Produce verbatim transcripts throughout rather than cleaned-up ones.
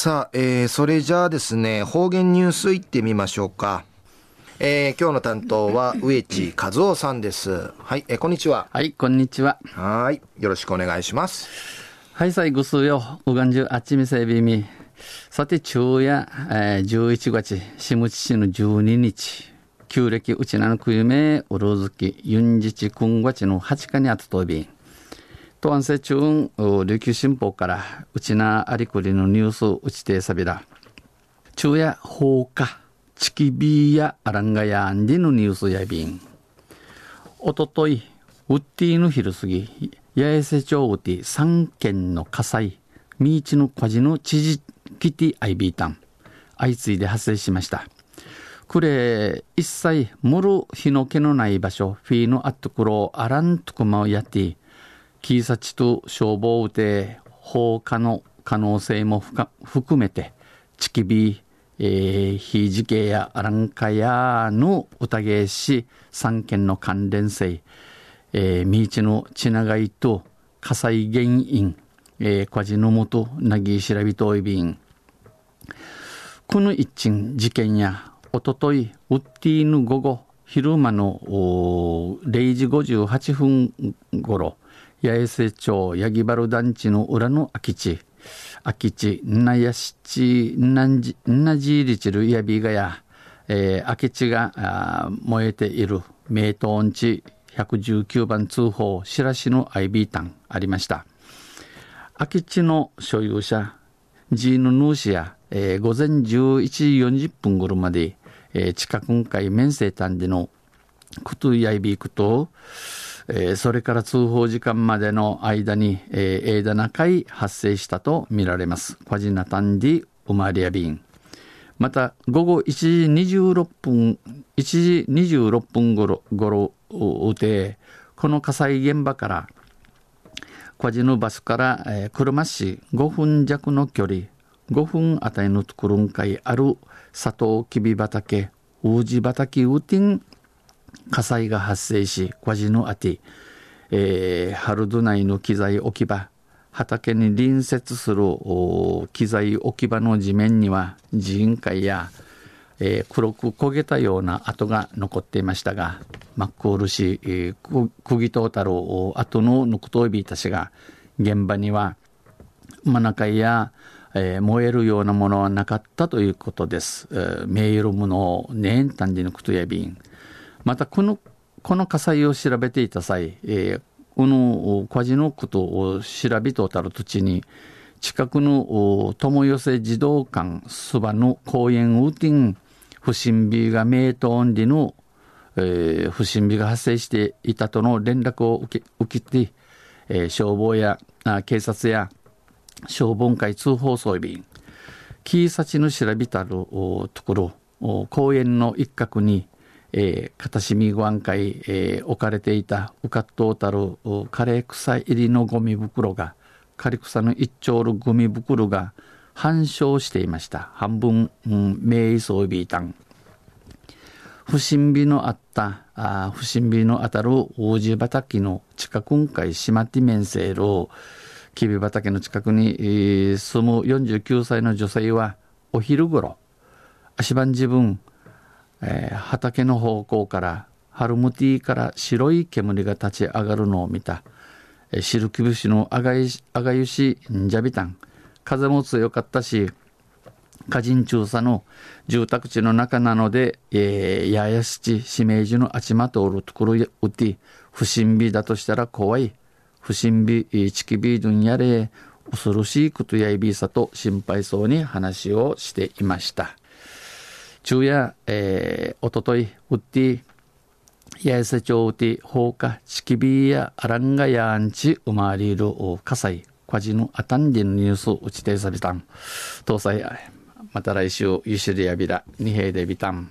さあ、えー、それじゃあですね、方言ニュースいってみましょうか。えー、今日の担当は植地和夫さんです。はい、えー、こんにちは。 はい、こんにちは。 はい、よろしくお願いします。 はい、さいぐすよ、うがんじゅうあっちみせびみ。さて、昼夜、えー、じゅういちがつ、しむちしのじゅうににち、旧暦うちなのくゆめ、うるずき、ゆんじちくんがちのはちかにあつとびん。とあんせちゅうん琉球新報からうちなありくりのニュースうちてさびら昼夜放火チキビーやアランガヤンディのニュースやびん。おとといウッティの昼過ぎ八重瀬町ウティさんけんの火災ミーチの火事の知事キティアイビータン相次いで発生しました。くれ一切もる日の気のない場所フィーのあっところあらんとこまをやってキーサチと消防で放火の可能性も含めてチキビー、えー、非事件やアランカヤの疑いし三件の関連性、えー、ミーチの血長いと火災原因、えー、火事のもとなぎ調びといびん。この一鎮事件やおとといウッティーヌ午後昼間のれいじごじゅうはっぷんごろ八重瀬町八木原団地の裏の空き地空き地なやしちなじなじりちるやびがや、えー、空き地が燃えている名東地ひゃくじゅうきゅうばん通報しらしの アイビー タンありました。空き地の所有者ジーヌヌーシや、えー、午前じゅういちじよんじゅっぷんごろまで、えー、近くんかい面生誕でのクトゥヤイビークとえー、それから通報時間までの間に、えー、エーダナ回発生したとみられます。コジナタンディウマリアビン。また午後いちじにじゅうろっぷんいちじにじゅうろっぷんごろごろでこの火災現場からコジのバスから、えー、車市ごふんじゃくの距離ごふんあたりのところんかいあるサトウキビ畑ウージ畑ウティン火災が発生し、火事のあて、えー、ハルド内の機材置き場、畑に隣接する機材置き場の地面には寺院会や、えー、黒く焦げたような跡が残っていましたが、マックール氏、えー、釘とたる跡のぬくといびいたちが、現場には真中や、えー、燃えるようなものはなかったということです。えー、メールものねんたんじぬくとやびん。またこのこの火災を調べていた際、えー、この火事のことを調べとたる土地に近くの友寄せ児童館そばの公園ウーティン不審火が名とオンリの、えー、不審火が発生していたとの連絡を受け、受けて、えー、消防やあ警察や消防会通報装備キーサチの調べたるところ公園の一角にえー、片隅ご案会、えー、置かれていたうかっとうたる枯れ草入りのゴミ袋が枯れ草の一丁るゴミ袋が半焼していました。半分、うん、名医装備炭不審火のあったあ不審火のあたる王子畑の近くんかい島手面せるきび畑の近くに、えー、住むよんじゅうきゅうさいの女性はお昼ごろ足場自分えー、畑の方向からハルムティから白い煙が立ち上がるのを見た、えー、シルキブシのあがゆしあがゆしんじゃびたん風も強かったし火人中佐の住宅地の中なので、えー、ややしちしめいじのあちまとおるところうて不審火だとしたら怖い不審火チキビードンやれ恐ろしいことやいびさと心配そうに話をしていました。昼夜、えー、おととい、うって八重瀬町うて放火、チキビーやアランガヤンチ生まれる火災、火事のあたんでのニュースうちてさびたん。搭載、また来週、ゆしりやびら、にへいでびたん。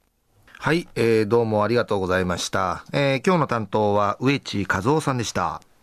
はい、えー、どうもありがとうございました。えー、今日の担当は植地和夫さんでした。